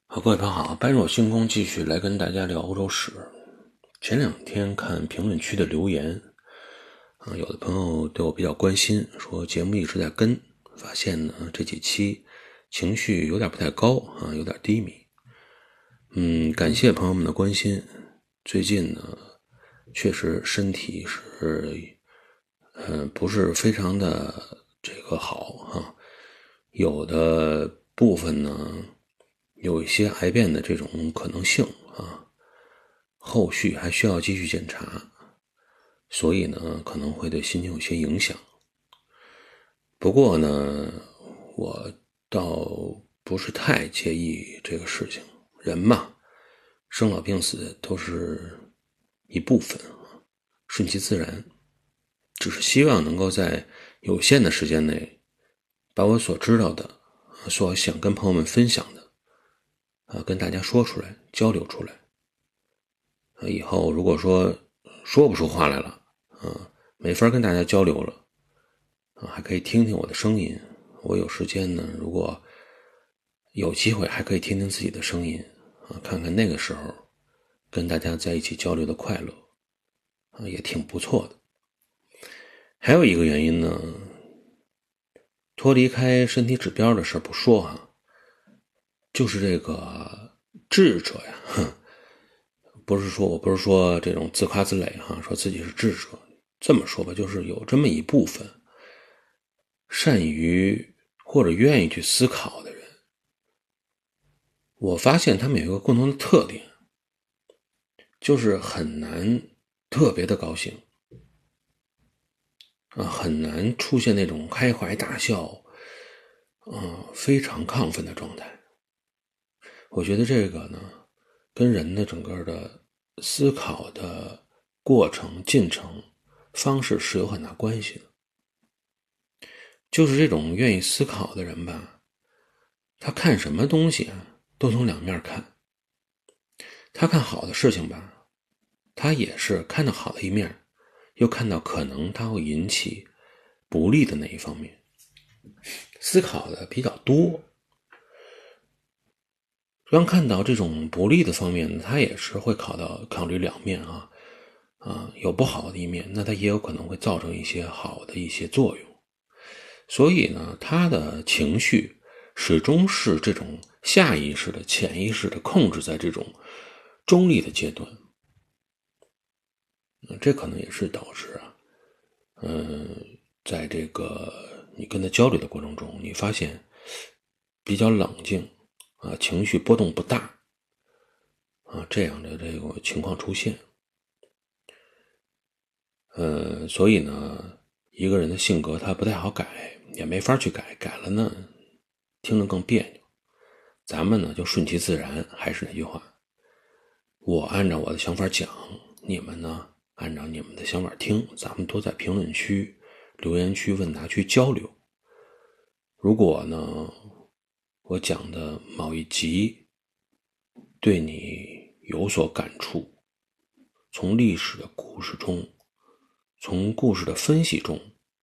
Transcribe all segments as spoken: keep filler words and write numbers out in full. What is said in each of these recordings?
好，各位朋友好，般若星空继续来跟大家聊欧洲史。前两天看评论区的留言啊，有的朋友对我比较关心，说节目一直在跟，发现呢这几期情绪有点不太高啊，有点低迷。嗯，感谢朋友们的关心。最近呢，确实身体是，嗯、呃，不是非常的这个好哈，有的部分呢。有一些癌变的这种可能性啊，后续还需要继续检查，所以呢可能会对心情有些影响。不过呢，我倒不是太介意这个事情，人嘛，生老病死都是一部分，顺其自然。只是希望能够在有限的时间内，把我所知道的，所想跟朋友们分享的。啊，跟大家说出来，交流出来。啊，以后如果说说不出话来了，啊，没法跟大家交流了，啊，还可以听听我的声音。我有时间呢，如果有机会，还可以听听自己的声音，啊，看看那个时候跟大家在一起交流的快乐，啊，也挺不错的。还有一个原因呢，脱离开身体指标的事不说哈。就是这个智者呀，哼，不是说我不是说这种自夸自擂哈，说自己是智者，这么说吧，就是有这么一部分善于或者愿意去思考的人，我发现他们有一个共同的特点，就是很难特别的高兴啊，很难出现那种开怀大笑啊，非常亢奋的状态。我觉得这个呢，跟人的整个的思考的过程、进程、方式是有很大关系的。就是这种愿意思考的人吧，他看什么东西啊，都从两面看。他看好的事情吧，他也是看到好的一面，又看到可能他会引起不利的那一方面，思考的比较多。当看到这种不利的方面，他也是会考到考虑两面啊，啊，有不好的一面，那他也有可能会造成一些好的一些作用。所以呢，他的情绪始终是这种下意识的、潜意识的控制在这种中立的阶段。这可能也是导致啊，嗯，在这个你跟他交流的过程中，你发现比较冷静啊，情绪波动不大啊，这样的这个情况出现。呃，所以呢，一个人的性格他不太好改，也没法去改，改了呢，听着更别扭。咱们呢就顺其自然，还是那句话，我按照我的想法讲，你们呢按照你们的想法听，咱们都在评论区、留言区、问答区交流。如果呢我讲的某一集对你有所感触，从历史的故事中，从故事的分析中，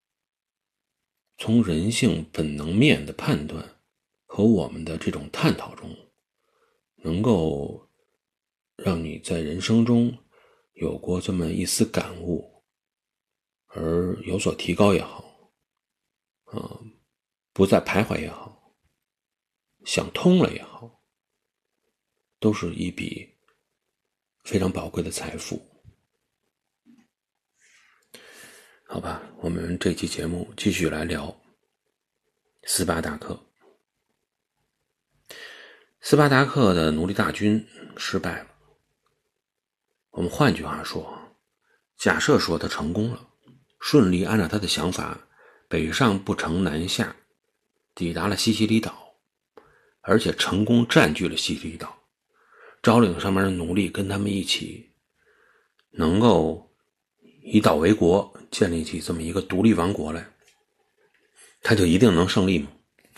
从人性本能面的判断和我们的这种探讨中，能够让你在人生中有过这么一丝感悟，而有所提高也好，啊，不再徘徊也好，想通了也好，都是一笔非常宝贵的财富。好吧，我们这期节目继续来聊斯巴达克。斯巴达克的奴隶大军失败了。我们换句话说，假设说他成功了，顺利按照他的想法北上不成南下，抵达了西西里岛，而且成功占据了西西里岛，招领上面的奴隶跟他们一起能够以岛为国，建立起这么一个独立王国来，他就一定能胜利吗？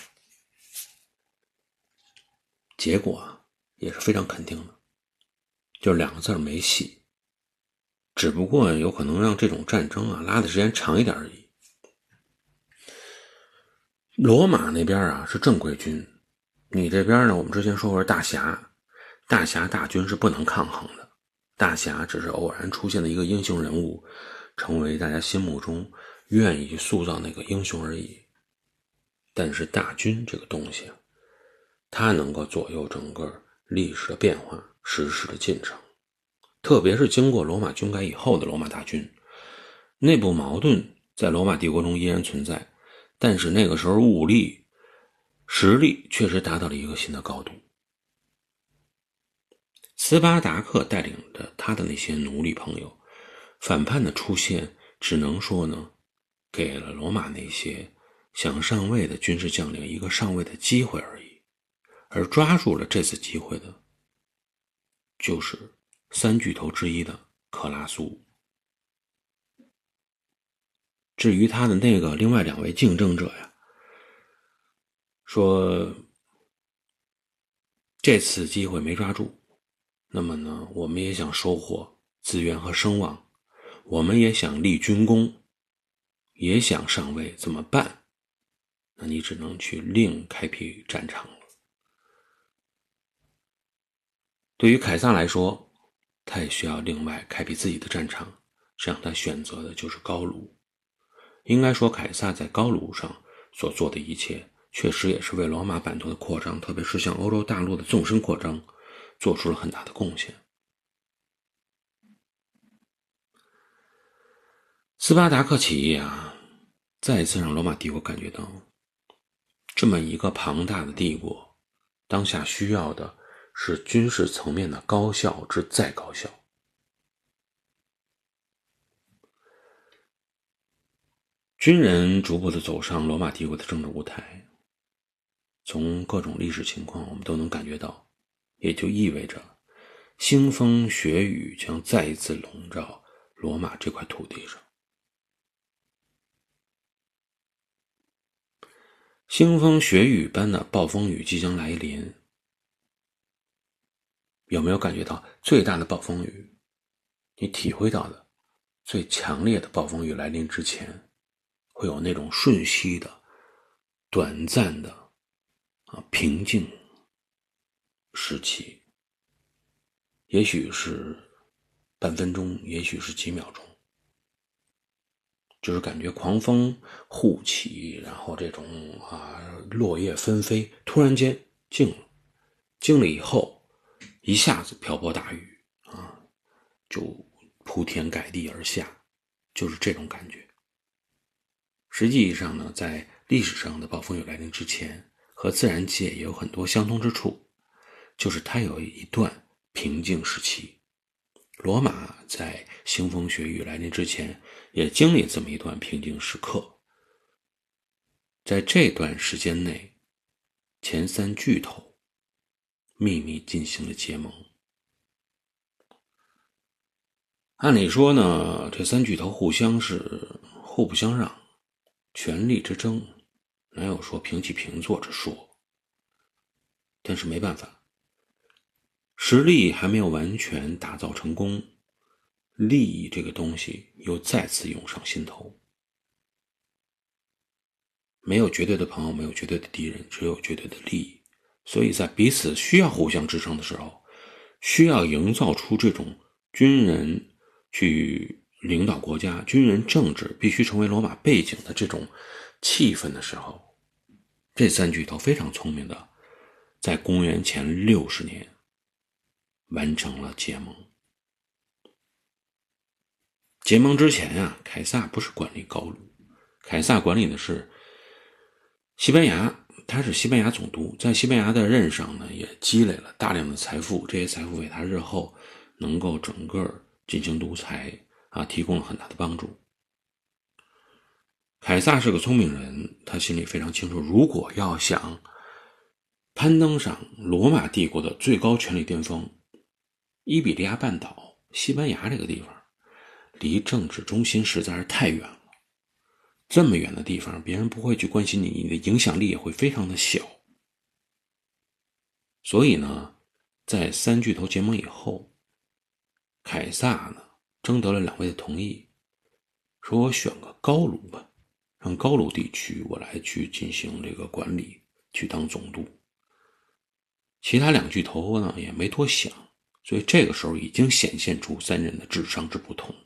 结果啊也是非常肯定的，就两个字，没戏。只不过有可能让这种战争啊拉的时间长一点而已。罗马那边啊是正规军， 你这边呢，我们之前说过是大侠，大侠大军是不能抗衡的，大侠只是偶然出现的一个英雄人物，成为大家心目中愿意塑造那个英雄而已。但是大军这个东西啊，它能够左右整个历史的变化，时事的进程。特别是经过罗马军改以后的罗马大军，内部矛盾在罗马帝国中依然存在，但是那个时候武力实力确实达到了一个新的高度。斯巴达克带领着他的那些奴隶朋友，反叛的出现只能说呢，给了罗马那些想上位的军事将领一个上位的机会而已。而抓住了这次机会的就是三巨头之一的克拉苏。至于他的那个另外两位竞争者呀，说这次机会没抓住，那么呢，我们也想收获资源和声望，我们也想立军功，也想上位，怎么办？那你只能去另开辟战场了。对于凯撒来说，他也需要另外开辟自己的战场，这样他选择的就是高卢。应该说凯撒在高卢上所做的一切，确实也是为罗马版图的扩张，特别是向欧洲大陆的纵深扩张做出了很大的贡献。斯巴达克起义啊，再一次让罗马帝国感觉到，这么一个庞大的帝国，当下需要的是军事层面的高效之再高效。军人逐步的走上罗马帝国的政治舞台，从各种历史情况我们都能感觉到，也就意味着腥风血雨将再一次笼罩罗马这块土地上。腥风血雨般的暴风雨即将来临，有没有感觉到最大的暴风雨，你体会到的最强烈的暴风雨来临之前，会有那种瞬息的短暂的啊平静时期，也许是半分钟，也许是几秒钟，就是感觉狂风呼起，然后这种啊落叶纷飞，突然间静了，静了以后一下子瓢泼大雨啊，就铺天盖地而下，就是这种感觉。实际上呢，在历史上的暴风雨来临之前，和自然界也有很多相通之处，就是它有一段平静时期。罗马在腥风血雨来临之前也经历这么一段平静时刻。在这段时间内，前三巨头秘密进行了结盟。按理说呢，这三巨头互相是互不相让，权力之争哪有说平起平坐之说。但是没办法，实力还没有完全打造成功，利益这个东西又再次涌上心头。没有绝对的朋友，没有绝对的敌人，只有绝对的利益。所以在彼此需要互相支撑的时候，需要营造出这种军人去领导国家，军人政治必须成为罗马背景的这种气氛的时候，这三巨头非常聪明的在公元前六十年完成了结盟。结盟之前啊，凯撒不是管理高卢，凯撒管理的是西班牙，他是西班牙总督，在西班牙的任上呢，也积累了大量的财富，这些财富为他日后能够整个进行独裁啊提供了很大的帮助。凯撒是个聪明人，他心里非常清楚，如果要想攀登上罗马帝国的最高权力巅峰，伊比利亚半岛西班牙这个地方离政治中心实在是太远了，这么远的地方别人不会去关心你，你的影响力也会非常的小。所以呢，在三巨头结盟以后，凯撒呢征得了两位的同意，说我选个高卢吧，让高卢地区我来去进行这个管理，去当总督。 其他两巨头呢也没多想，所以这个时候已经显现出三人的智商之不同。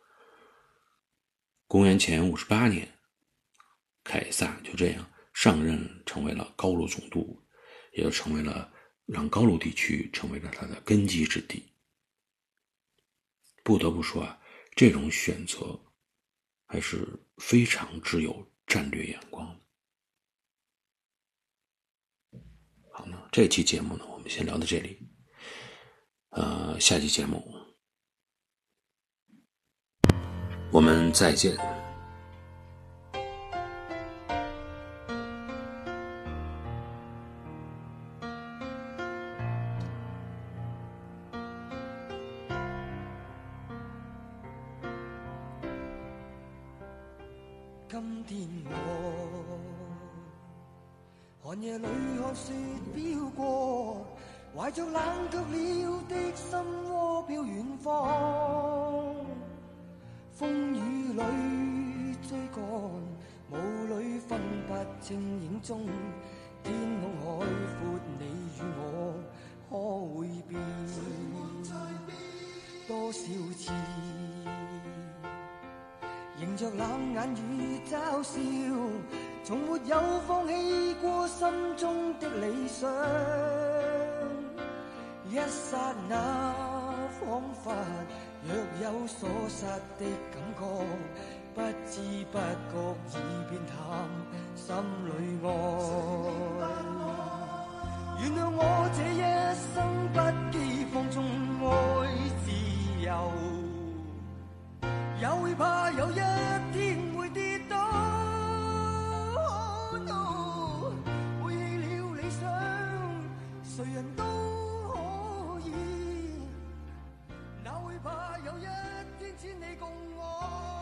公元前五十八年，凯撒就这样上任，成为了高卢总督，也就成为了让高卢地区成为了他的根基之地。不得不说啊，这种选择还是非常之有战略眼光的。好呢，这期节目呢，我们先聊到这里。呃，下期节目我们再见。 今天我寒夜里看雪飘過，懷着冷卻了的心窩飄遠方，風雨裏追趕，霧裏分不清影蹤，天空海闊，你與我可會變？多少次迎着冷眼與嘲笑，從沒有放棄過心中的理想。一剎那彷彿若有所失的感覺，不知不覺已變淡心裏愛。原諒我這一生不羈放縱愛自由，也會怕有一天會跌倒。Oh no， 背棄了理想，誰人都可以，哪會怕有一天千里共我。